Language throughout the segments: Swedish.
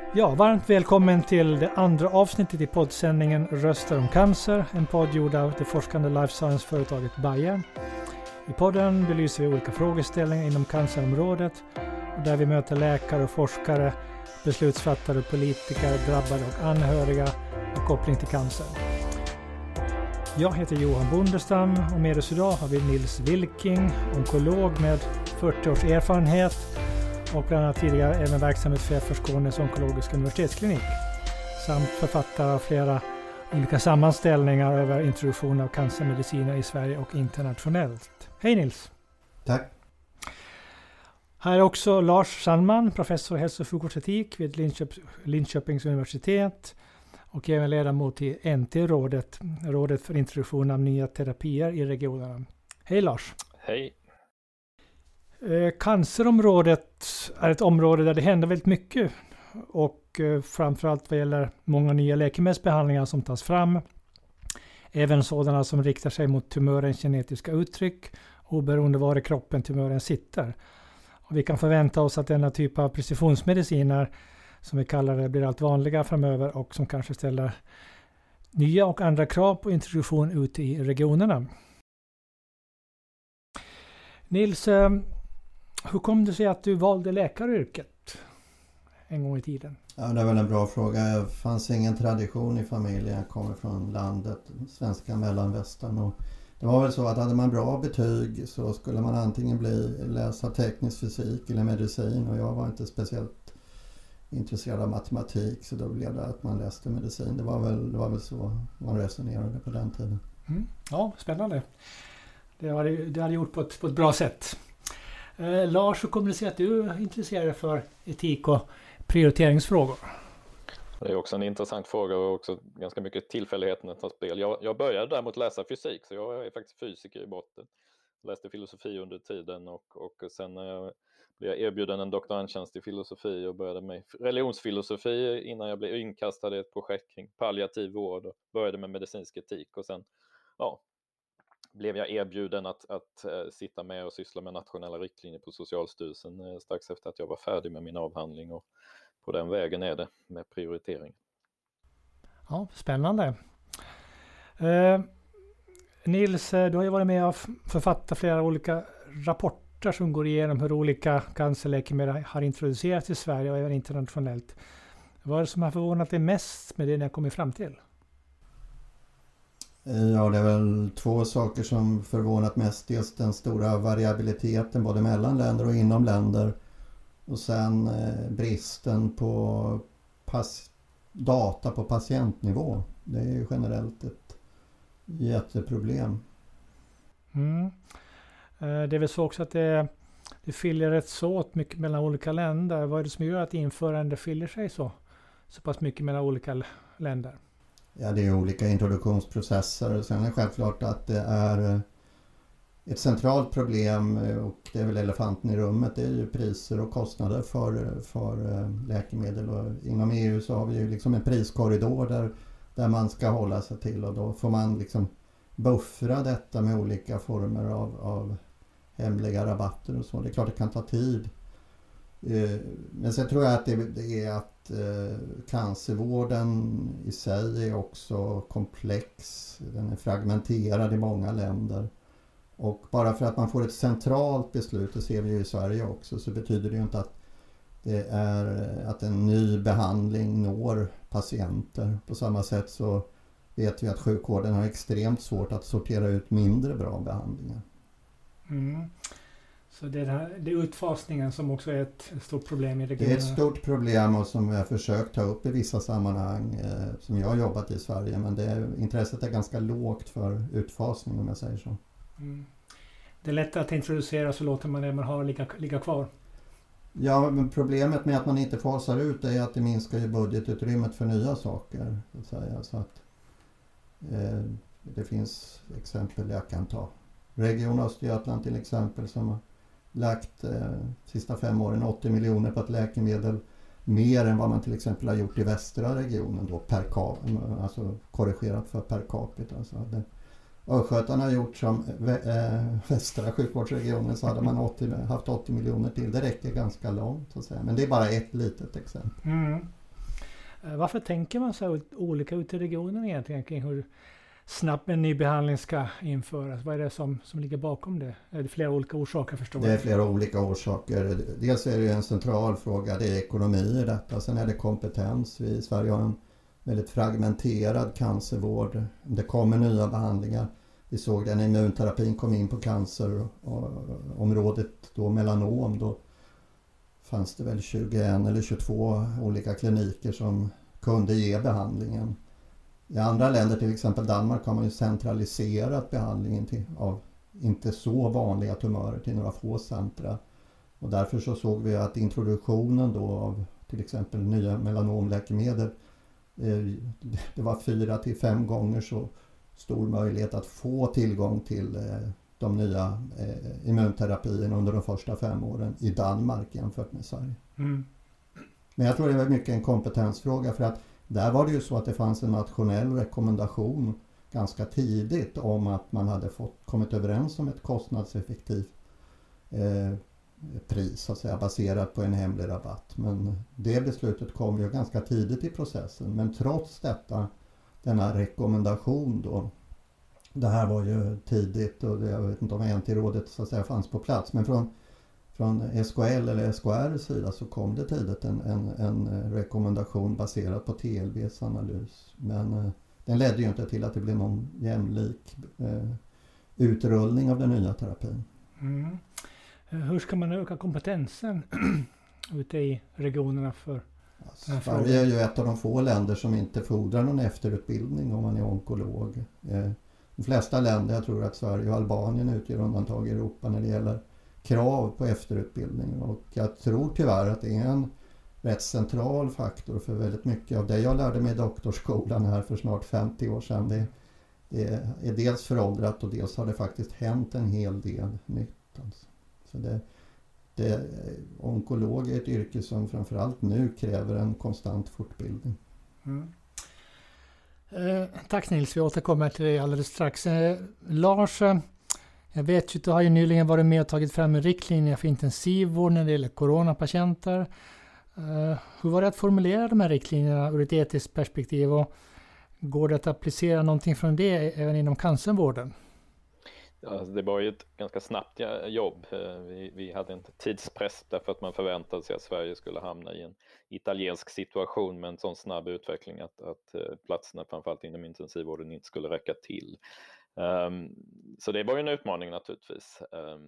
Ja, varmt välkommen till det andra avsnittet i poddsändningen Röster om cancer, en podd gjord av det forskande life science-företaget Bayer. I podden belyser vi olika frågeställningar inom cancerområdet och där vi möter läkare och forskare, beslutsfattare, politiker, drabbade och anhöriga med koppling till cancer. Jag heter Johan Bondestam och med oss idag har vi Nils Wilking, onkolog med 40 års erfarenhet och bland annat tidigare även verksamhetschef för Skånes onkologiska universitetsklinik samt författare av flera olika sammanställningar över introduktion av cancermediciner i Sverige och internationellt. Hej Nils! Tack! Här är också Lars Sandman, professor i hälso- och sjukvårdsetik vid Linköpings universitet och även ledamot i NT-rådet, rådet för introduktion av nya terapier i regionerna. Hej Lars! Hej! Cancerområdet är ett område där det händer väldigt mycket och framförallt vad gäller många nya läkemedelsbehandlingar som tas fram. Även sådana som riktar sig mot tumörens genetiska uttryck oberoende var i kroppen tumören sitter. Och vi kan förvänta oss att denna typ av precisionsmediciner som vi kallar det blir allt vanligare framöver och som kanske ställer nya och andra krav på introduktion ute i regionerna. Nils, hur kom det sig att du valde läkaryrket en gång i tiden? Ja, det är väl en bra fråga. Det fanns ingen tradition i familjen. Jag kommer från landet, svenska mellanvästern. Och det var väl så att hade man bra betyg så skulle man antingen läsa teknisk fysik eller medicin. Och jag var inte speciellt intresserad av matematik, så då blev det att man läste medicin. Det var väl så man resonerade på den tiden. Ja, spännande. Det hade gjort på ett bra sätt. Lars, hur kommer det sig att du är intresserad för etik och prioriteringsfrågor? Det är också en intressant fråga och också ganska mycket tillfälligheterna tar spel. Jag började däremot läsa fysik, så jag är faktiskt fysiker i botten. Jag läste filosofi under tiden och sen blev jag erbjuden en doktorandtjänst i filosofi och började med religionsfilosofi innan jag blev inkastad i ett projekt kring palliativ vård och började med medicinsk etik och sen blev jag erbjuden att sitta med och syssla med nationella riktlinjer på Socialstyrelsen strax efter att jag var färdig med min avhandling, och på den vägen är det med prioritering. Ja, spännande. Nils, du har ju varit med och författat flera olika rapporter som går igenom hur olika cancerläkemedel har introducerats i Sverige och även internationellt. Vad är det som har förvånat dig mest med det ni har kommit fram till? Ja, det är väl två saker som förvånat mest. Dels den stora variabiliteten både mellan länder och inom länder. Och sen bristen på data på patientnivå. Det är ju generellt ett jätteproblem. Det är väl så också att det skiljer rätt så åt mycket mellan olika länder. Vad är det som gör att införande skiljer sig så pass mycket mellan olika länder? Ja, det är olika introduktionsprocesser. Sen är det självklart att det är ett centralt problem, och det är väl elefanten i rummet, det är ju priser och kostnader för läkemedel. Och inom EU så har vi ju liksom en priskorridor där man ska hålla sig till, och då får man liksom buffra detta med olika former av hemliga rabatter och så. Det är klart det kan ta tid. Men sen tror jag att det är att cancervården i sig är också komplex. Den är fragmenterad i många länder. Och bara för att man får ett centralt beslut, det ser vi ju i Sverige också, så betyder det ju inte att en ny behandling når patienter. På samma sätt så vet vi att sjukvården har extremt svårt att sortera ut mindre bra behandlingar. Så det är utfasningen som också är ett stort problem i regionen. Det är ett stort problem och som vi har försökt ta upp i vissa sammanhang som jag har jobbat i Sverige, men intresset är ganska lågt för utfasning, om jag säger så. Det är lätt att introducera, så låter man det man har ligga kvar. Ja, men problemet med att man inte fasar ut är att det minskar ju budgetutrymmet för nya saker. Så att säga. Så att, det finns exempel jag kan ta. Region Östergötland till exempel, som har lagt sista 5 åren 80 miljoner på ett läkemedel, mer än vad man till exempel har gjort i västra regionen då, alltså korrigerat för per capita. Alltså Östgötarna har gjort som västra sjukvårdsregionen, så hade man haft 80 miljoner till. Det räcker ganska långt, så att säga. Men det är bara ett litet exempel. Varför tänker man så olika ute i regionen egentligen kring hur snabbt en ny behandling ska införas? Vad är det som ligger bakom det? Är det flera olika orsaker förstår jag? Det är flera olika orsaker. Dels är det ju en central fråga, det är ekonomi i detta. Sen är det kompetens. Vi i Sverige har en väldigt fragmenterad cancervård. Det kommer nya behandlingar. Vi såg det när immunterapin kom in på cancerområdet, då melanom. Då fanns det väl 21 eller 22 olika kliniker som kunde ge behandlingen. I andra länder, till exempel Danmark, har man ju centraliserat behandlingen av inte så vanliga tumörer till några få centra. Och därför så såg vi att introduktionen då av till exempel nya melanomläkemedel, det var 4 till 5 gånger så stor möjlighet att få tillgång till de nya immunterapierna under de första 5 åren i Danmark jämfört med Sverige. Mm. Men jag tror det var mycket en kompetensfråga, för att där var det ju så att det fanns en nationell rekommendation ganska tidigt om att man hade kommit överens om ett kostnadseffektivt pris så att säga, baserat på en hemlig rabatt. Men det beslutet kom ju ganska tidigt i processen. Men trots detta, denna rekommendation då, det här var ju tidigt och jag vet inte om NT-rådet så att säga fanns på plats, men från SKL eller SKRs sida så kom det tidigt en rekommendation baserad på TLVs analys. Men den ledde ju inte till att det blev någon jämlik utrullning av den nya terapin. Mm. Hur ska man öka kompetensen ute i regionerna för Sverige är ju ett av de få länder som inte fordrar någon efterutbildning om man är onkolog. De flesta länder, jag tror att Sverige och Albanien utgör undantag i Europa när det gäller krav på efterutbildning, och jag tror tyvärr att det är en rätt central faktor för väldigt mycket av det jag lärde mig i doktorsskolan här för snart 50 år sedan. Det är dels föråldrat och dels har det faktiskt hänt en hel del nytt. Alltså. Så onkolog är ett yrke som framförallt nu kräver en konstant fortbildning. Mm. Tack Nils, vi återkommer till det alldeles strax. Lars, jag vet ju att du har ju nyligen varit med och tagit fram en riktlinje för intensivvård när det gäller coronapatienter. Hur var det att formulera de här riktlinjerna ur ett etiskt perspektiv, och går det att applicera någonting från det även inom cancervården? Ja, det var ju ett ganska snabbt jobb. Vi hade en tidspress därför att man förväntade sig att Sverige skulle hamna i en italiensk situation med en sån snabb utveckling att platserna framförallt inom intensivvården inte skulle räcka till. Så det var ju en utmaning naturligtvis.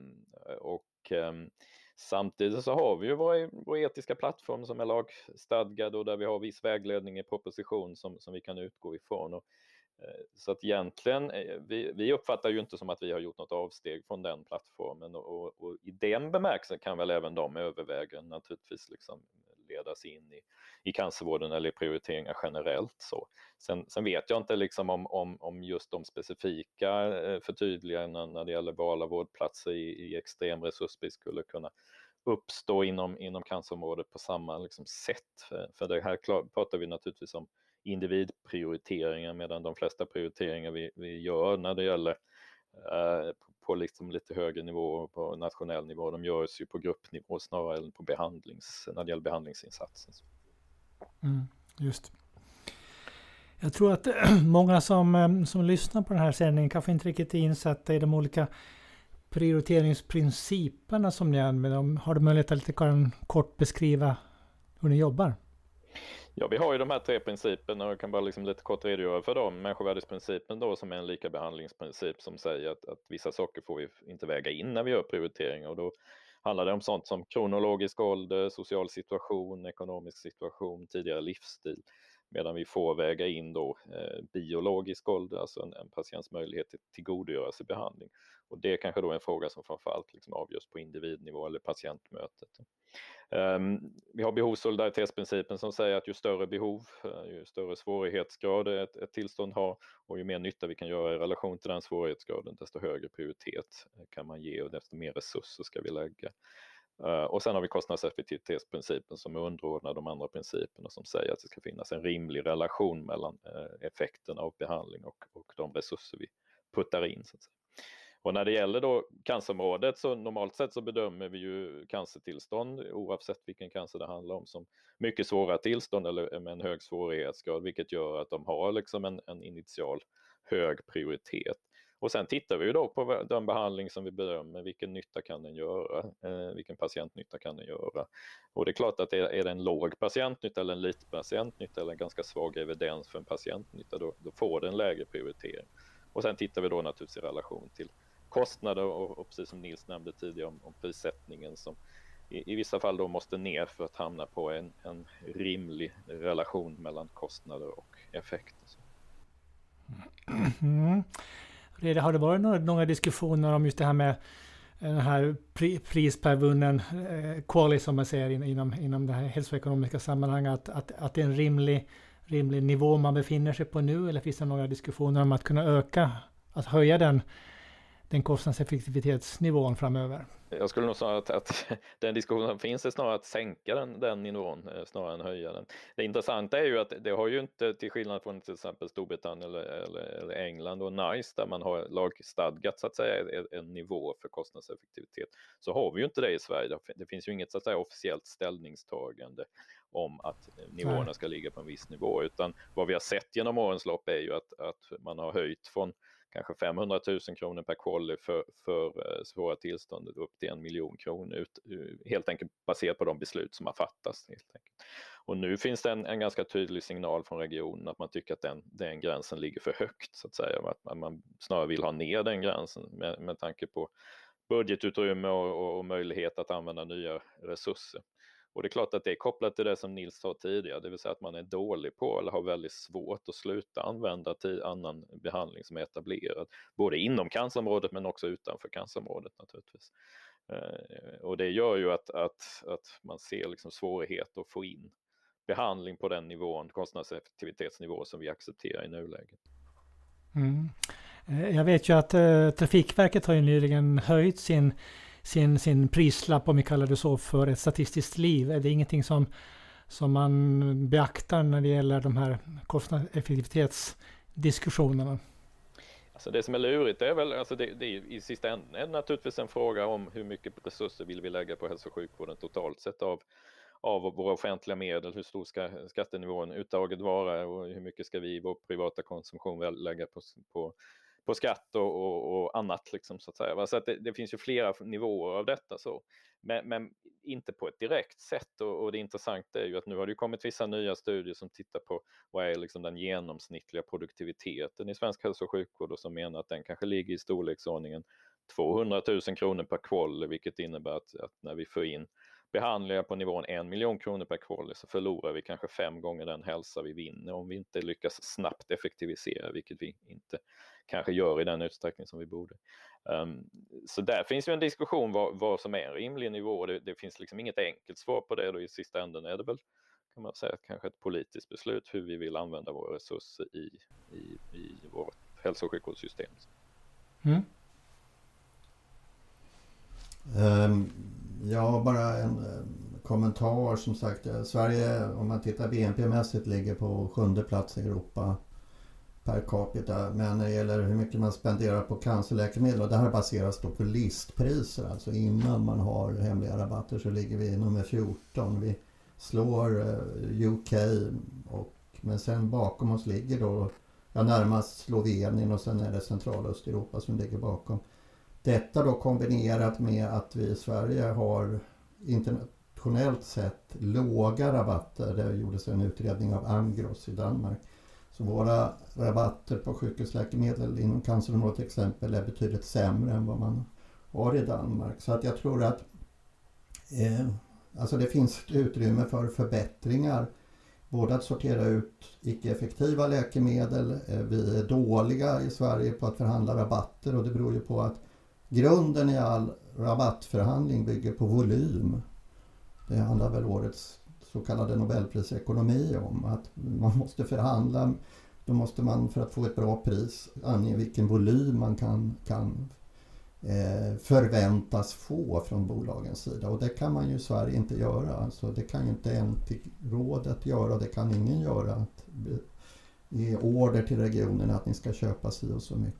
Samtidigt så har vi ju vår etiska plattform som är lagstadgad och där vi har viss vägledning i proposition som vi kan utgå ifrån. Så att egentligen, vi uppfattar ju inte som att vi har gjort något avsteg från den plattformen, och i den bemärkelsen kan väl även de överväga naturligtvis liksom ledas in i cancervården eller i prioriteringar generellt. Så. Sen vet jag inte liksom om just de specifika förtydligandena när det gäller val av vårdplatser i extrem resursbrist skulle kunna uppstå inom cancerområdet på samma liksom sätt. För det här pratar vi naturligtvis om individprioriteringar, medan de flesta prioriteringar vi gör när det gäller på liksom lite högre nivå, på nationell nivå, de görs ju på gruppnivå snarare än på när det gäller behandlingsinsatser. Just. Jag tror att många som lyssnar på den här sändningen kanske inte riktigt är insatta i de olika prioriteringsprinciperna som ni använder. Har du möjlighet att lite kort beskriva hur ni jobbar? Ja, vi har ju de här 3 principerna och jag kan bara liksom lite kort redogöra för dem. Människovärdesprincipen då, som är en lika behandlingsprincip som säger att vissa saker får vi inte väga in när vi gör prioriteringar, och då handlar det om sånt som kronologisk ålder, social situation, ekonomisk situation, tidigare livsstil, medan vi får väga in då biologisk ålder, alltså en patients möjlighet att tillgodogöra sig behandling. Och det är kanske då en fråga som framförallt liksom avgörs på individnivå eller patientmötet. Vi har behovssolidaritetsprincipen som säger att ju större behov, ju större svårighetsgrad ett tillstånd har, och ju mer nytta vi kan göra i relation till den svårighetsgraden, desto högre prioritet kan man ge och desto mer resurser ska vi lägga. Och sen har vi kostnadseffektivitetsprincipen som är underordnad de andra principerna, som säger att det ska finnas en rimlig relation mellan effekten av behandling och de resurser vi puttar in. Så att säga. Och när det gäller då cancerområdet så normalt sett så bedömer vi ju cancertillstånd oavsett vilken cancer det handlar om som mycket svåra tillstånd eller med en hög svårighetsgrad, vilket gör att de har liksom en initial hög prioritet. Och sen tittar vi ju då på den behandling som vi bedömer, vilken nytta kan den göra, vilken patientnytta kan den göra. Och det är klart att är det en låg patientnytta eller en liten patientnytta eller en ganska svag evidens för en patientnytta, då får den lägre prioritering. Och sen tittar vi då naturligtvis i relation till kostnader och precis som Nils nämnde tidigare om prissättningen som i vissa fall då måste ner för att hamna på en rimlig relation mellan kostnader och effekt. Mm. Det har det varit några diskussioner om just det här med den här pris per vunnen quality som man säger inom det här hälsoekonomiska sammanhanget, att det är en rimlig nivå man befinner sig på nu, eller finns det några diskussioner om att kunna höja den kostnadseffektivitetsnivån framöver? Jag skulle nog säga att den diskussionen som finns är snarare att sänka den nivån snarare än höja den. Det intressanta är ju att det har ju inte, till skillnad från till exempel Storbritannien eller England och NICE där man har lagstadgat så att säga en nivå för kostnadseffektivitet, så har vi ju inte det i Sverige. Det finns ju inget så att säga officiellt ställningstagande om att nivåerna ska ligga på en viss nivå, utan vad vi har sett genom årens lopp är ju att man har höjt från kanske 500 000 kronor per quality för svåra tillstånd upp till 1 miljon kronor helt enkelt baserat på de beslut som har fattats. Helt enkelt. Och nu finns det en ganska tydlig signal från regionen att man tycker att den gränsen ligger för högt så att säga, att man snarare vill ha ner den gränsen med tanke på budgetutrymme och möjlighet att använda nya resurser. Och det är klart att det är kopplat till det som Nils sa tidigare, det vill säga att man är dålig på eller har väldigt svårt att sluta använda till annan behandling som är etablerad, både inom cancerområdet men också utanför cancerområdet naturligtvis. Och det gör ju att man ser liksom svårighet att få in behandling på den nivån, kostnadseffektivitetsnivå som vi accepterar i nuläget. Mm. Jag vet ju att Trafikverket har ju nyligen höjt sin prislapp, om vi kallar det så, för ett statistiskt liv. Är det ingenting som man beaktar när det gäller de här kostnadseffektivitetsdiskussionerna? Alltså det som är lurigt är väl, alltså det är i sista änden naturligtvis en fråga om hur mycket resurser vill vi lägga på hälso- och sjukvården totalt sett av våra offentliga medel, hur stor ska skattenivån uttaget vara och hur mycket ska vi i vår privata konsumtion lägga på skatt och annat liksom, så att säga. Så att det finns ju flera nivåer av detta så. Men inte på ett direkt sätt och det intressanta är ju att nu har det kommit vissa nya studier som tittar på vad är liksom den genomsnittliga produktiviteten i svensk hälso- och sjukvård och som menar att den kanske ligger i storleksordningen 200 000 kronor per quality, vilket innebär att när vi får in behandlingar på nivån 1 miljon kronor per quality så förlorar vi kanske 5 gånger den hälsa vi vinner om vi inte lyckas snabbt effektivisera, vilket vi inte kanske gör i den utsträckning som vi borde. Så där finns ju en diskussion vad som är en rimlig nivå. Det finns liksom inget enkelt svar på det, och i sista änden är det väl, kan man säga, kanske ett politiskt beslut hur vi vill använda våra resurser i vårt hälso- och sjukvårdssystem. Mm. Ja, bara en kommentar. Som sagt, Sverige, om man tittar BNP-mässigt, ligger på 7:e plats i Europa per capita. Men när det gäller hur mycket man spenderar på cancerläkemedel, och det här baseras då på listpriser, alltså innan man har hemliga rabatter, så ligger vi nummer 14. Vi slår UK, men sen bakom oss ligger då närmast Slovenien och sen är det Central- och Östeuropa som ligger bakom. Detta då kombinerat med att vi i Sverige har internationellt sett låga rabatter. Det gjordes en utredning av Angros i Danmark. Så våra rabatter på sjukhusläkemedel inom cancerområdet till exempel är betydligt sämre än vad man har i Danmark. Så att jag tror att alltså det finns utrymme för förbättringar. Både att sortera ut icke-effektiva läkemedel. Vi är dåliga i Sverige på att förhandla rabatter, och det beror ju på att grunden i all rabattförhandling bygger på volym. Det handlar väl årets så kallade Nobelprisekonomi om, att man måste förhandla. Då måste man, för att få ett bra pris, ange vilken volym man kan förväntas få från bolagens sida. Och det kan man ju i Sverige inte göra. Alltså det kan ju inte rådet göra, det kan ingen göra. Att ge order till regionerna att ni ska köpa si och så mycket.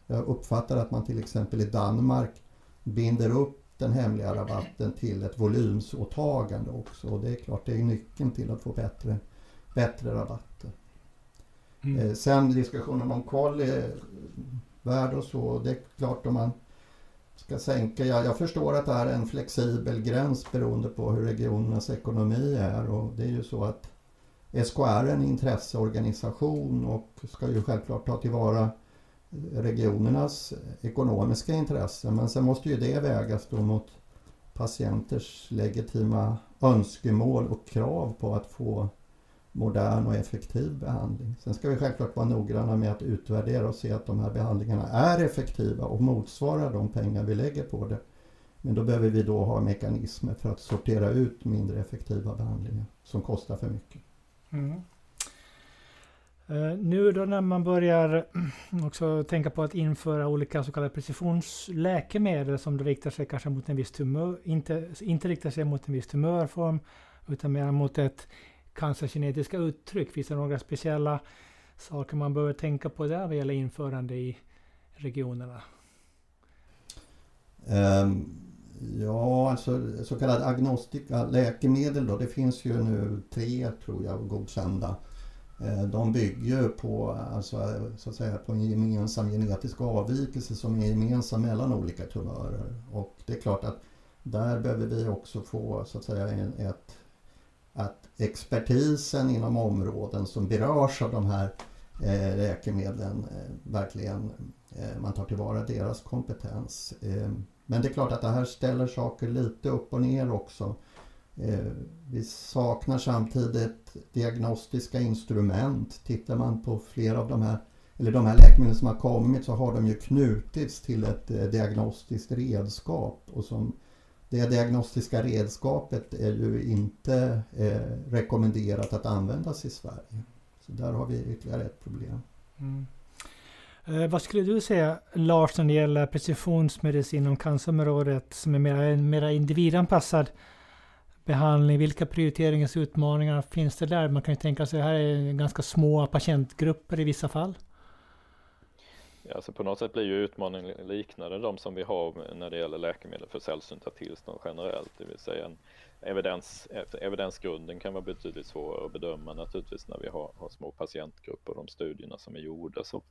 Jag uppfattar att man till exempel i Danmark binder upp den hemliga rabatten till ett volymsåtagande också. Och det är klart, det är nyckeln till att få bättre rabatter. Sen diskussionen om värde och så, det är klart om man ska sänka. Jag förstår att det är en flexibel gräns beroende på hur regionernas ekonomi är, och det är ju så att SKR är en intresseorganisation och ska ju självklart ta tillvara regionernas ekonomiska intressen, men sen måste ju det vägas då mot patienters legitima önskemål och krav på att få modern och effektiv behandling. Sen ska vi självklart vara noggranna med att utvärdera och se att de här behandlingarna är effektiva och motsvarar de pengar vi lägger på det. Men då behöver vi då ha mekanismer för att sortera ut mindre effektiva behandlingar som kostar för mycket. Nu då när man börjar också tänka på att införa olika så kallade precisionsläkemedel som då riktar sig kanske mot en viss tumör, inte riktar sig mot en viss tumörform utan mer mot ett cancergenetiska uttryck. Finns det några speciella saker man bör tänka på där vad gäller införande i regionerna? Ja, alltså så kallade agnostika läkemedel då, det finns ju nu 3 tror jag godkända. De bygger på, alltså, så att säga, på en gemensam genetisk avvikelse som är gemensam mellan olika tumörer. Och det är klart att där behöver vi också få så att säga att expertisen inom områden som berörs av de här läkemedlen verkligen man tar tillvara deras kompetens. Men det är klart att det här ställer saker lite upp och ner också. Vi saknar samtidigt diagnostiska instrument. Tittar man på flera av de här läkemedel som har kommit, så har de ju knutits till ett diagnostiskt redskap, och som det diagnostiska redskapet är ju inte rekommenderat att användas i Sverige. Så där har vi ytterligare ett problem. Vad skulle du säga, Lars, när det gäller precisionsmedicin inom cancerområdet som är mer individanpassad behandling? Vilka prioriteringsutmaningar finns det där? Man kan ju tänka sig att det här är ganska små patientgrupper i vissa fall. Ja, alltså på något sätt blir ju utmaningen liknande de som vi har när det gäller läkemedel för sällsynta tillstånd generellt. Det vill säga evidensgrunden kan vara betydligt svårare att bedöma naturligtvis när vi har små patientgrupper och de studierna som är gjorda. Så,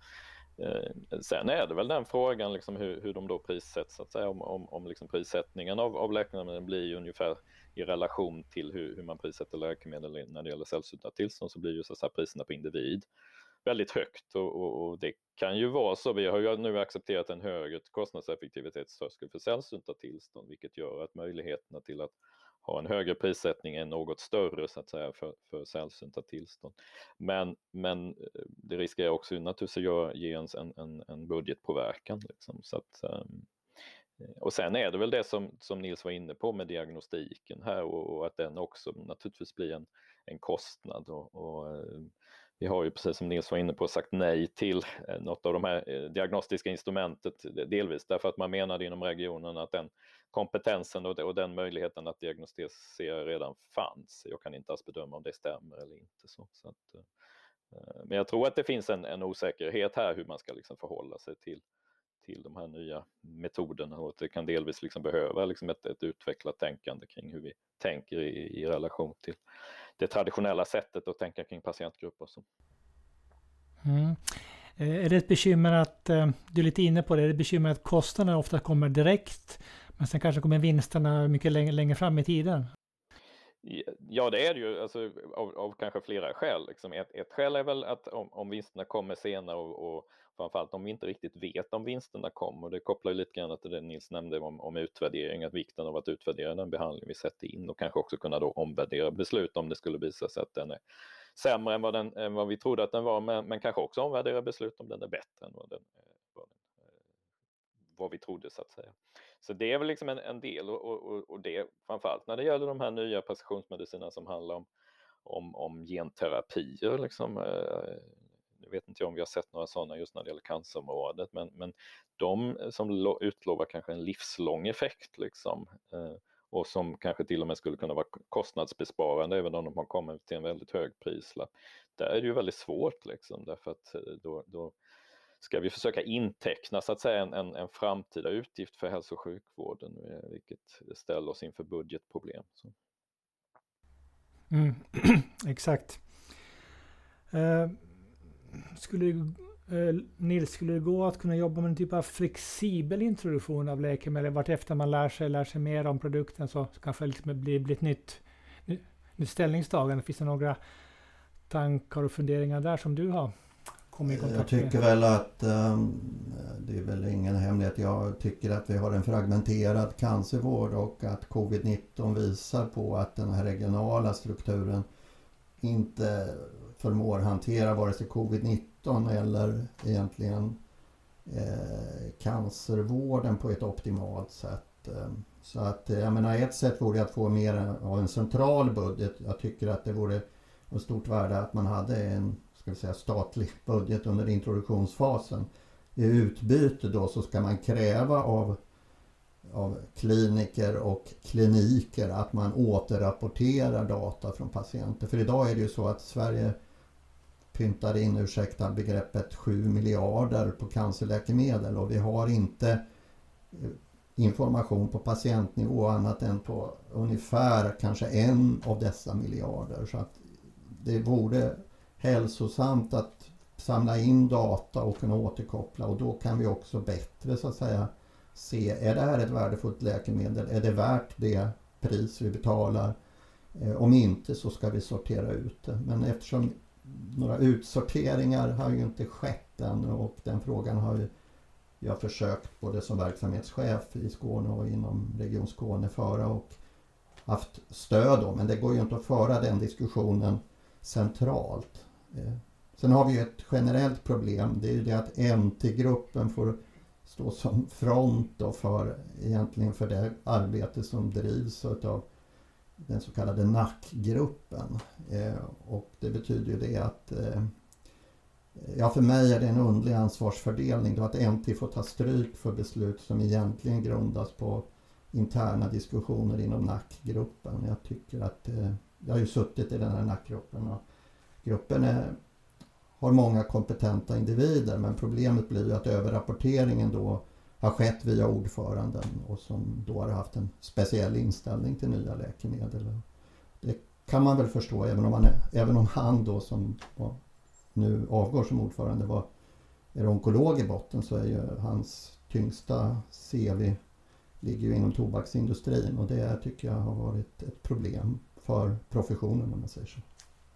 sen är det väl den frågan liksom hur de då prissätts, så att säga, om liksom prissättningen av läkemedel blir ungefär i relation till hur man prissätter läkemedel när det gäller sällsynta tillstånd, så blir ju så att säga priserna på individ väldigt högt, och det kan ju vara så. Vi har ju nu accepterat en högre kostnadseffektivitetströskel för sällsynta tillstånd, vilket gör att möjligheterna till att ha en högre prissättning är något större, så att säga, för sällsynta tillstånd. Men det riskerar också naturligtvis att ge en budgetpåverkan liksom. Så att, och sen är det väl det som Nils var inne på med diagnostiken här, och att den också naturligtvis blir en kostnad, och vi har ju, precis som Nils var inne på, sagt nej till något av de här diagnostiska instrumentet, delvis därför att man menade inom regionen att den kompetensen och den möjligheten att diagnostisera redan fanns. Jag kan inte alls bedöma om det stämmer eller inte. Så att, men jag tror att det finns en osäkerhet här hur man ska liksom förhålla sig till de här nya metoderna, och att det kan delvis liksom behöva liksom ett utvecklat tänkande kring hur vi tänker i relation till det traditionella sättet att tänka kring patientgrupper. Är det ett bekymmer att, du är lite inne på det, är det ett bekymmer att kostnaderna ofta kommer direkt, men sen kanske kommer vinsterna mycket längre fram i tiden? Ja, det är det ju, alltså, av kanske flera skäl. Liksom. Ett skäl är väl att om vinsterna kommer senare, och framförallt om vi inte riktigt vet om vinsterna kommer, och det kopplar ju lite grann till det Nils nämnde om utvärdering, att vikten av att utvärdera den behandling vi sätter in, och kanske också kunna då omvärdera beslut om det skulle visa sig att den är sämre än vad vi trodde att den var, men kanske också omvärdera beslut om den är bättre än vad vi trodde, så att säga. Så det är väl liksom en del, och det framförallt när det gäller de här nya precisionsmedicinerna som handlar om genterapier liksom. Jag vet inte om vi har sett några sådana just när det gäller cancerområdet, men de som utlovar kanske en livslång effekt liksom, och som kanske till och med skulle kunna vara kostnadsbesparande även om de har kommit till en väldigt hög prislapp. Där är det ju väldigt svårt liksom, därför att då ska vi försöka inteckna så att säga en framtida utgift för hälso- och sjukvården, vilket ställer oss inför budgetproblem. Så. Exakt. Nils, skulle det gå att kunna jobba med en typ av flexibel introduktion av läkemedel vart efter man lär sig mer om produkten, så kanske det blir ett nytt ställningstagande? Finns det några tankar och funderingar där som du har kommit i kontakt med? Jag tycker väl att det är väl ingen hemlighet. Jag tycker att vi har en fragmenterad cancervård och att covid-19 visar på att den här regionala strukturen inte förmår hantera vare sig covid-19 eller egentligen cancervården på ett optimalt sätt. Så att jag menar, ett sätt vore att få mer av en central budget. Jag tycker att det vore ett stort värde att man hade en, ska vi säga, statlig budget under introduktionsfasen. I utbyte då så ska man kräva av kliniker och kliniker att man återrapporterar data från patienter. För idag är det ju så att Sverige pyntar in, ursäkta begreppet, 7 miljarder på cancerläkemedel, och vi har inte information på patientnivå annat än på ungefär kanske 1 av dessa miljarder. Så att det vore hälsosamt att samla in data och kunna återkoppla, och då kan vi också bättre så att säga se, är det här ett värdefullt läkemedel? Är det värt det pris vi betalar? Om inte så ska vi sortera ut det. Men eftersom några utsorteringar har ju inte skett än, och den frågan har jag försökt både som verksamhetschef i Skåne och inom Region Skåne föra och haft stöd om. Men det går ju inte att föra den diskussionen centralt. Sen har vi ju ett generellt problem. Det är ju det att NT-gruppen får stå som front då för det arbete som drivs av den så kallade NAC-gruppen. Och det betyder ju det att för mig är det en underlig ansvarsfördelning då, att NT får ta stryk för beslut som egentligen grundas på interna diskussioner inom NAC-gruppen. Jag tycker att jag har ju suttit i den här NAC-gruppen, och gruppen har många kompetenta individer, men problemet blir ju att överrapporteringen då har skett via ordföranden, och som då har haft en speciell inställning till nya läkemedel. Det kan man väl förstå, även om han då som nu avgår som ordförande är onkolog i botten, så är ju hans tyngsta CV ligger ju inom tobaksindustrin, och det tycker jag har varit ett problem för professionen, om man säger så.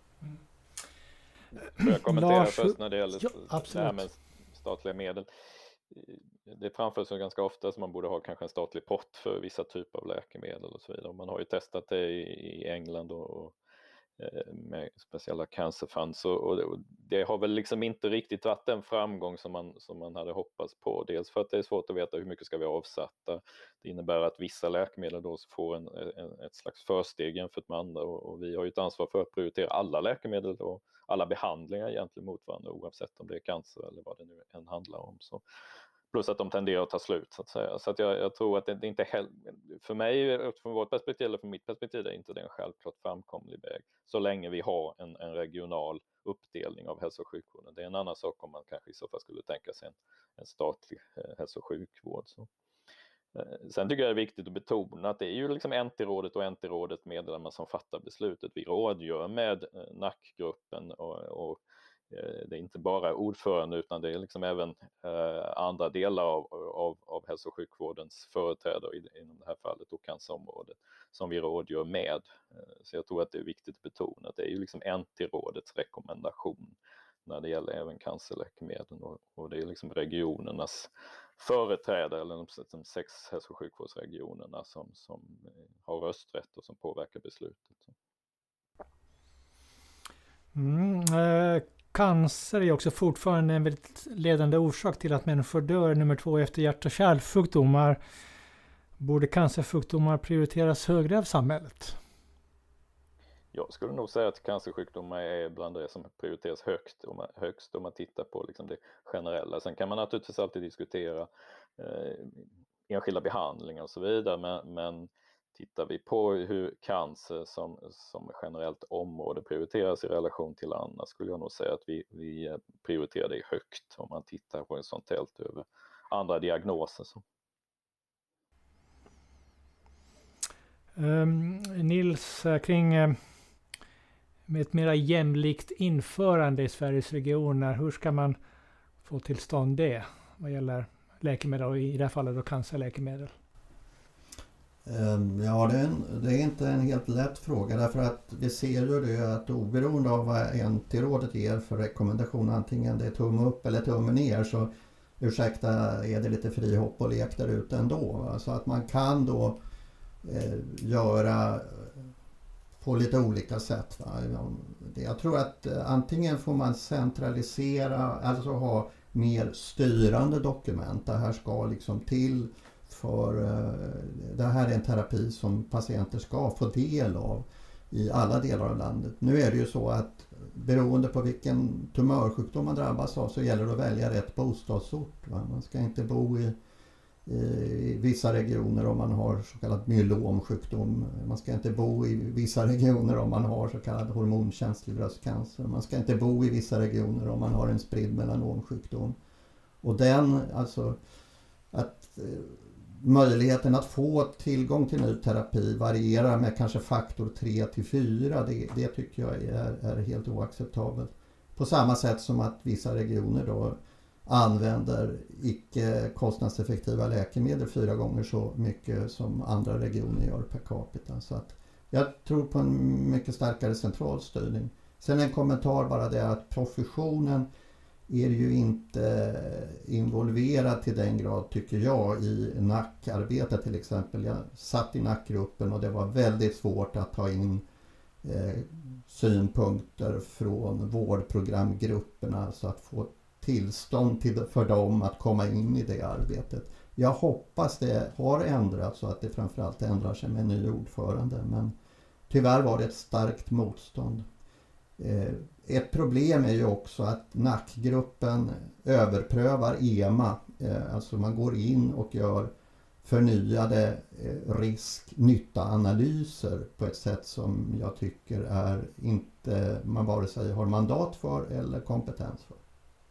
Får jag kommentera först när det gäller det här med statliga medel? Det framförs ju ganska ofta som man borde ha kanske en statlig pott för vissa typer av läkemedel och så vidare. Man har ju testat det i England och med speciella cancer funds, och det har väl liksom inte riktigt varit den framgång som man hade hoppats på. Dels för att det är svårt att veta hur mycket ska vi avsätta. Det innebär att vissa läkemedel då får ett slags försteg jämfört med andra, och vi har ju ett ansvar för att prioritera alla läkemedel och alla behandlingar egentligen mot varandra, oavsett om det är cancer eller vad det nu än handlar om. Så plus att de tenderar att ta slut, så att säga. Så att jag tror att det inte för mig, från vårt perspektiv eller från mitt perspektiv, är inte det en självklart framkomlig väg så länge vi har en regional uppdelning av hälso- och sjukvården. Det är en annan sak om man kanske i så fall skulle tänka sig en statlig hälso- och sjukvård. Så. Sen tycker jag det är viktigt att betona att det är ju liksom NT-rådet och NT-rådet medlemmar som fattar beslutet. Vi rådgör med NAC-gruppen och det är inte bara ordförande, utan det är liksom även andra delar av hälso- och sjukvårdens företrädare inom det här fallet och cancerområdet som vi rådgör med. Så jag tror att det är viktigt att betona att det är ju liksom NT-rådets rekommendation när det gäller även cancerläkemedel, och det är liksom regionernas företrädare eller de 6 hälso- och sjukvårdsregionerna som har rösträtt och som påverkar beslutet. Cancer är också fortfarande en väldigt ledande orsak till att människor dör, nummer 2 efter hjärt- och kärlsjukdomar. Borde cancersjukdomar prioriteras högre av samhället? Jag skulle nog säga att cancersjukdomar är bland det som prioriteras högst om man tittar på liksom det generella. Sen kan man naturligtvis alltid diskutera enskilda behandlingar och så vidare, men tittar vi på hur cancer som generellt område prioriteras i relation till annat, skulle jag nog säga att vi prioriterar det högt om man tittar horisontellt över andra diagnoser. Nils, kring med ett mera jämlikt införande i Sveriges regioner, hur ska man få till stånd det vad gäller läkemedel och i det här fallet då cancerläkemedel? Ja, det är inte en helt lätt fråga, därför att vi ser ju det att oberoende av vad NT-rådet ger för rekommendation, antingen det är tumme upp eller tumme ner, så ursäkta, är det lite frihopp och lek där ute ändå. Så att man kan då göra på lite olika sätt. Va? Jag tror att antingen får man centralisera, alltså ha mer styrande dokument. Det här ska liksom till för det här är en terapi som patienter ska få del av i alla delar av landet. Nu är det ju så att beroende på vilken tumörsjukdom man drabbas av så gäller det att välja rätt bostadsort. Va? Man ska inte bo i vissa regioner om man har så kallad myelomsjukdom. Man ska inte bo i vissa regioner om man har så kallad hormonkänslig bröstcancer. Man ska inte bo i vissa regioner om man har en spridd melanomsjukdom. Och alltså att möjligheten att få tillgång till ny terapi varierar med kanske faktor 3 till 4. Det tycker jag är helt oacceptabelt. På samma sätt som att vissa regioner då använder icke kostnadseffektiva läkemedel 4 gånger så mycket som andra regioner gör per capita. Så att jag tror på en mycket starkare centralstyrning. Sen en kommentar bara det att professionen är ju inte involverad till den grad, tycker jag, i NAC-arbetet till exempel. Jag satt i NAC-gruppen och det var väldigt svårt att ta in synpunkter från vårdprogramgrupperna, så att få tillstånd för dem att komma in i det arbetet. Jag hoppas det har ändrats så att det framförallt ändrar sig med en ny ordförande, men tyvärr var det ett starkt motstånd. Ett problem är ju också att NAC-gruppen överprövar EMA, alltså man går in och gör förnyade risk-nytta-analyser på ett sätt som jag tycker är inte man vare sig har mandat för eller kompetens för.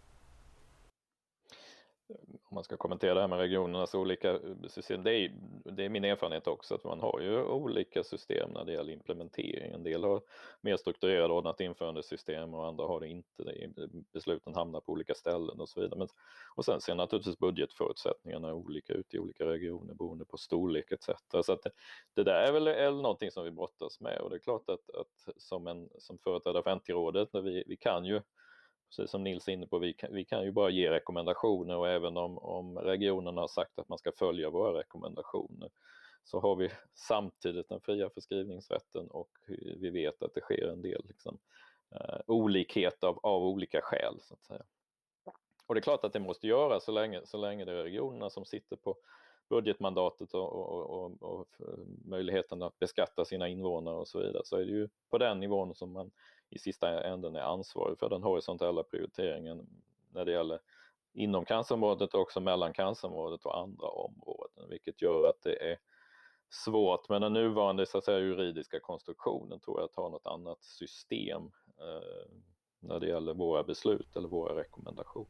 Om man ska kommentera det här med regionernas olika system, det är min erfarenhet också att man har ju olika system när det gäller implementering. En del har mer strukturerade ordnat införande system och andra har det inte. Besluten hamnar på olika ställen och så vidare. Och sen ser naturligtvis budgetförutsättningarna olika ut i olika regioner beroende på storlek etc. Så att det där är väl någonting som vi brottas med, och det är klart att som företrädare för NT-rådet, vi kan ju, precis som Nils är inne på, vi kan ju bara ge rekommendationer, och även om regionerna har sagt att man ska följa våra rekommendationer så har vi samtidigt den fria förskrivningsrätten, och vi vet att det sker en del olikhet av olika skäl så att säga. Och det är klart att det måste göras så länge det är regionerna som sitter på budgetmandatet och möjligheten att beskatta sina invånare och så vidare, så är det ju på den nivån som man i sista änden är ansvarig för den horisontella prioriteringen när det gäller inom cancerområdet och också mellan cancerområdet och andra områden, vilket gör att det är svårt med den nuvarande så att säga juridiska konstruktionen, tror jag, att ha något annat system när det gäller våra beslut eller våra rekommendationer.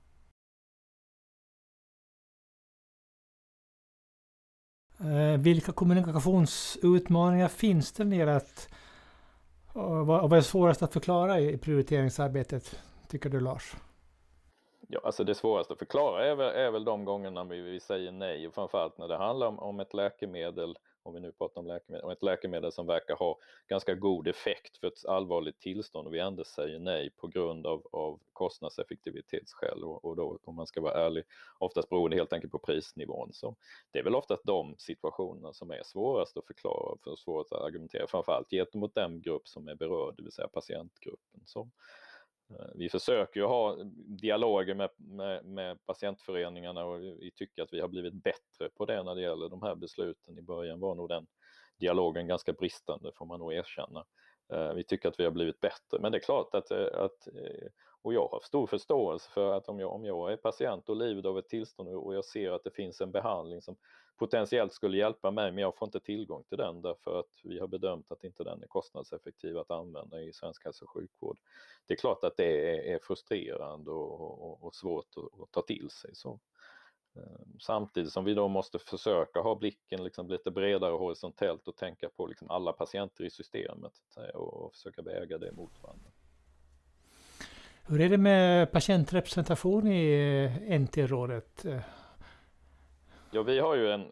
Vilka kommunikationsutmaningar finns det ner att vad är svårast att förklara i prioriteringsarbetet, tycker du, Lars? Ja, alltså det svåraste att förklara är väl de gångerna vi säger nej, och framförallt när det handlar om ett läkemedel, om vi nu pratar om läkemedel, om ett läkemedel som verkar ha ganska god effekt för ett allvarligt tillstånd och vi ändå säger nej på grund av kostnadseffektivitetsskäl, och då, om man ska vara ärlig, oftast beror det helt enkelt på prisnivån. Så det är väl oftast de situationerna som är svårast att förklara och svårast att argumentera, framförallt gentemot den grupp som är berörd, det vill säga patientgruppen. Så vi försöker ju ha dialoger med patientföreningarna, och vi tycker att vi har blivit bättre på det när det gäller de här besluten. I början var nog den dialogen ganska bristande, får man nog erkänna. Vi tycker att vi har blivit bättre, men det är klart att och jag har stor förståelse för att om jag är patient och lider av ett tillstånd och jag ser att det finns en behandling som potentiellt skulle hjälpa mig, men jag får inte tillgång till den därför att vi har bedömt att inte den är kostnadseffektiv att använda i svensk hälso- och sjukvård. Det är klart att det är frustrerande och svårt att ta till sig så. Samtidigt som vi då måste försöka ha blicken liksom lite bredare horisontellt och tänka på liksom alla patienter i systemet och försöka väga det mot varandra. Hur är det med patientrepresentation i NT-rådet? Ja, vi har ju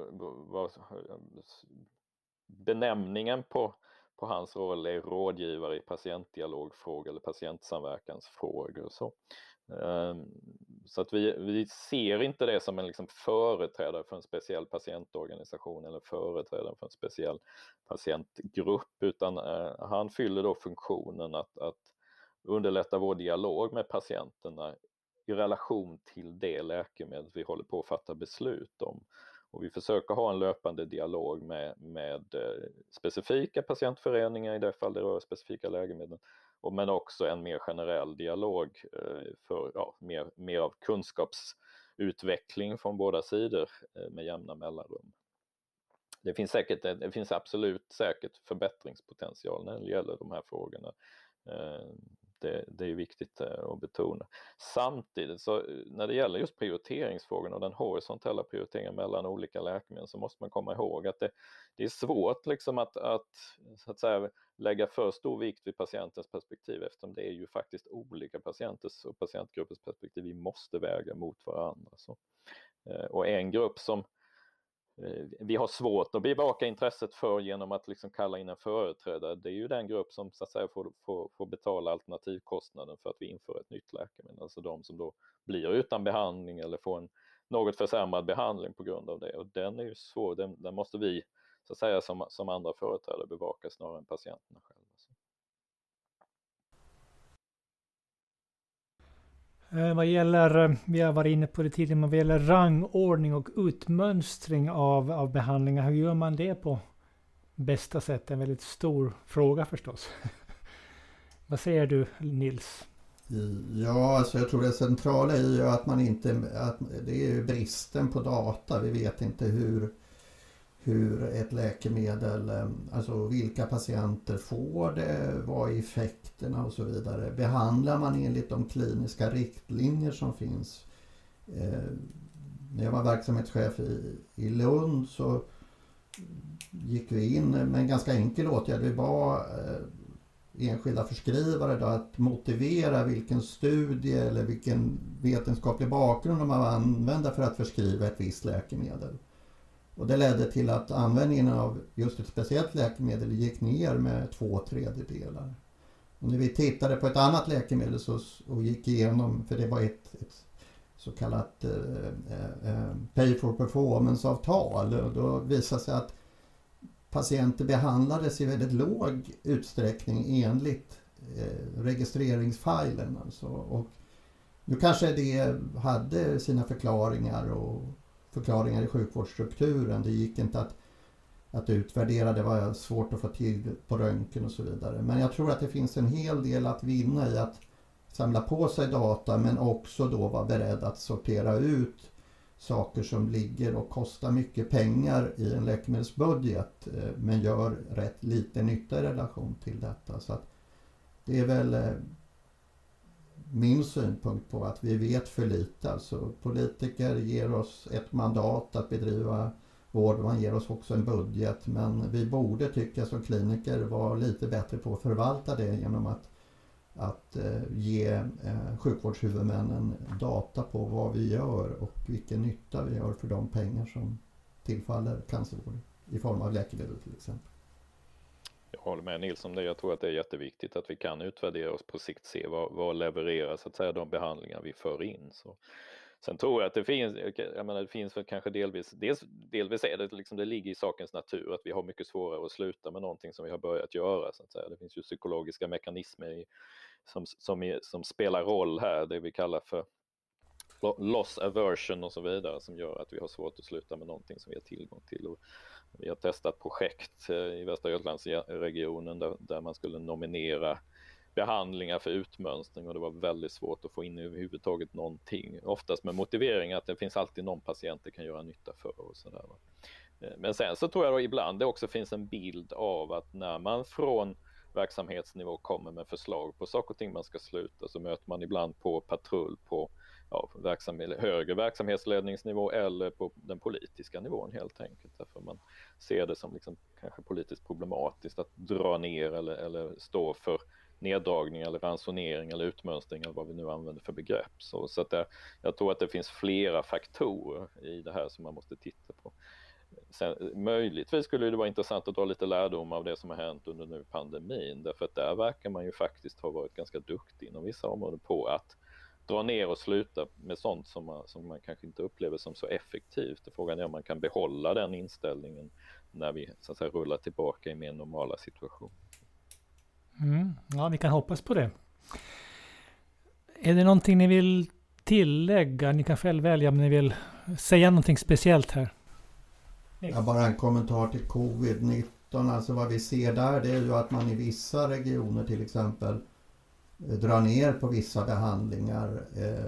benämningen på hans roll är rådgivare i patientdialogfrågor eller patientsamverkansfrågor och så. Så att vi ser inte det som en liksom företrädare för en speciell patientorganisation eller företrädare för en speciell patientgrupp, utan han fyller då funktionen att underlätta vår dialog med patienterna i relation till det läkemedel vi håller på att fatta beslut om. Och vi försöker ha en löpande dialog med specifika patientföreningar i det fall det rör specifika läkemedel, men också en mer generell dialog för mer av kunskapsutveckling från båda sidor med jämna mellanrum. Det finns absolut säkert förbättringspotential när det gäller de här frågorna. Det är viktigt att betona. Samtidigt så när det gäller just prioriteringsfrågorna och den horisontella prioriteringen mellan olika läkemedel så måste man komma ihåg att det är svårt liksom att säga lägga för stor vikt vid patientens perspektiv, eftersom det är ju faktiskt olika patienters och patientgruppers perspektiv vi måste väga mot varandra. Så. Och en grupp som vi har svårt att bevaka intresset för genom att liksom kalla in en företrädare, det är ju den grupp som så att säga får betala alternativkostnaden för att vi inför ett nytt läkemedel, alltså de som då blir utan behandling eller får en något försämrad behandling på grund av det, och den är ju svår, den måste vi så att säga som andra företrädare bevaka snarare än patienterna själva. Vad gäller, vi har varit inne på det tidigare, men vad gäller rangordning och utmönstring av behandlingar, hur gör man det på bästa sätt? En väldigt stor fråga förstås. Vad säger du, Nils? Ja, alltså jag tror det centrala är ju att det är ju bristen på data. Vi vet inte hur ett läkemedel, alltså vilka patienter får det, vad är effekterna och så vidare. Behandlar man enligt de kliniska riktlinjer som finns? När jag var verksamhetschef i Lund så gick vi in med en ganska enkel åtgärd. Vi var enskilda förskrivare då att motivera vilken studie eller vilken vetenskaplig bakgrund de har använda för att förskriva ett visst läkemedel. Och det ledde till att användningen av just ett speciellt läkemedel gick ner med 2/3. Och när vi tittade på ett annat läkemedel och gick igenom, för det var ett så kallat pay for performance-avtal, och då visade sig att patienter behandlades i väldigt låg utsträckning enligt registreringsfilen. Alltså. Och nu kanske det hade sina förklaringar i sjukvårdsstrukturen. Det gick inte att utvärdera, det var svårt att få till på röntgen och så vidare. Men jag tror att det finns en hel del att vinna i att samla på sig data, men också då vara beredd att sortera ut saker som ligger och kostar mycket pengar i en läkemedelsbudget, men gör rätt lite nytta i relation till detta. Så att det är väl min synpunkt på att vi vet för lite. Alltså politiker ger oss ett mandat att bedriva vård, man ger oss också en budget, men vi borde tycka som kliniker vara lite bättre på att förvalta det genom att ge sjukvårdshuvudmännen data på vad vi gör och vilken nytta vi gör för de pengar som tillfaller cancervård i form av läkemedel till exempel. Jag håller med Nils om det. Jag tror att det är jätteviktigt att vi kan utvärdera oss på sikt, se vad levererar så att säga de behandlingar vi för in. Så. Sen tror jag att det finns väl kanske delvis är det liksom, det ligger i sakens natur att vi har mycket svårare att sluta med någonting som vi har börjat göra så att säga. Det finns ju psykologiska mekanismer som spelar roll här, det vi kallar för loss aversion och så vidare, som gör att vi har svårt att sluta med någonting som vi har tillgång till. Vi har testat projekt i Västra Götalandsregionen där man skulle nominera behandlingar för utmönstring och det var väldigt svårt att få in överhuvudtaget någonting. Oftast med motivering att det finns alltid någon patient det kan göra nytta för och sådär. Men sen så tror jag då ibland det också finns en bild av att när man från verksamhetsnivå kommer med förslag på saker och ting man ska sluta så möter man ibland på patrull på högre verksamhetsledningsnivå eller på den politiska nivån helt enkelt. Därför man ser det som liksom kanske politiskt problematiskt att dra ner eller stå för neddragning eller ransonering eller utmönstring eller vad vi nu använder för begrepp. Så att jag tror att det finns flera faktorer i det här som man måste titta på. Sen, möjligtvis skulle det vara intressant att dra lite lärdom av det som har hänt under nu pandemin, därför att där verkar man ju faktiskt ha varit ganska duktig inom vissa områden på att dra ner och sluta med sånt som man kanske inte upplever som så effektivt. Frågan är om man kan behålla den inställningen när vi så att säga rullar tillbaka i mer normala situationer. Ja, vi kan hoppas på det. Är det någonting ni vill tillägga? Ni kan själv välja om ni vill säga någonting speciellt här. Ja, bara en kommentar till covid-19. Alltså vad vi ser där det är ju att man i vissa regioner till exempel drar ner på vissa behandlingar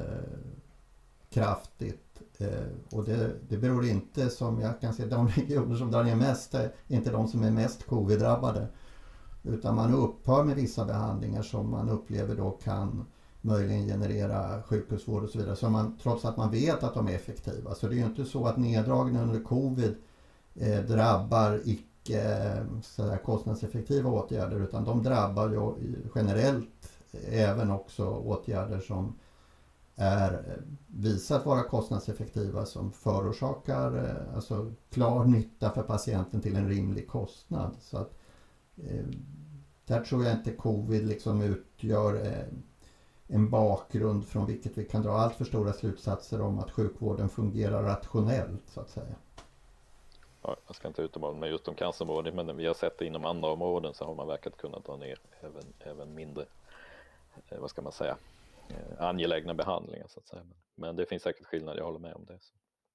kraftigt. Och det beror inte, som jag kan se, de regioner som drar ner mest är inte de som är mest covid-drabbade. Utan man upphör med vissa behandlingar som man upplever då kan möjligen generera sjukhusvård och så vidare. Så trots att man vet att de är effektiva. Så det är ju inte så att neddragningen under covid drabbar icke kostnadseffektiva åtgärder, utan de drabbar ju generellt även också åtgärder som är visat vara kostnadseffektiva, som förorsakar alltså klar nytta för patienten till en rimlig kostnad. Så att där tror jag inte covid liksom utgör en bakgrund från vilket vi kan dra allt för stora slutsatser om att sjukvården fungerar rationellt så att säga. Ja, jag ska inte uttala mig just om cancerområdet, men vi har sett det inom andra områden så har man verkat kunna dra ner även mindre, vad ska man säga, angelägna behandlingar så att säga. Men det finns säkert skillnad, jag håller med om det.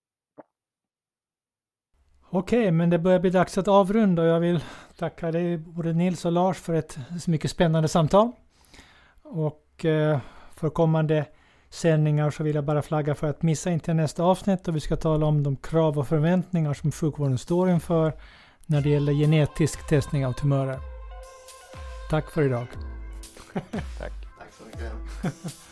Okej, men det börjar bli dags att avrunda och jag vill tacka dig både Nils och Lars för ett mycket spännande samtal. Och för kommande sändningar så vill jag bara flagga för att missa inte nästa avsnitt, och vi ska tala om de krav och förväntningar som sjukvården står inför när det gäller genetisk testning av tumörer. Tack för idag. Tack. Tack så mycket.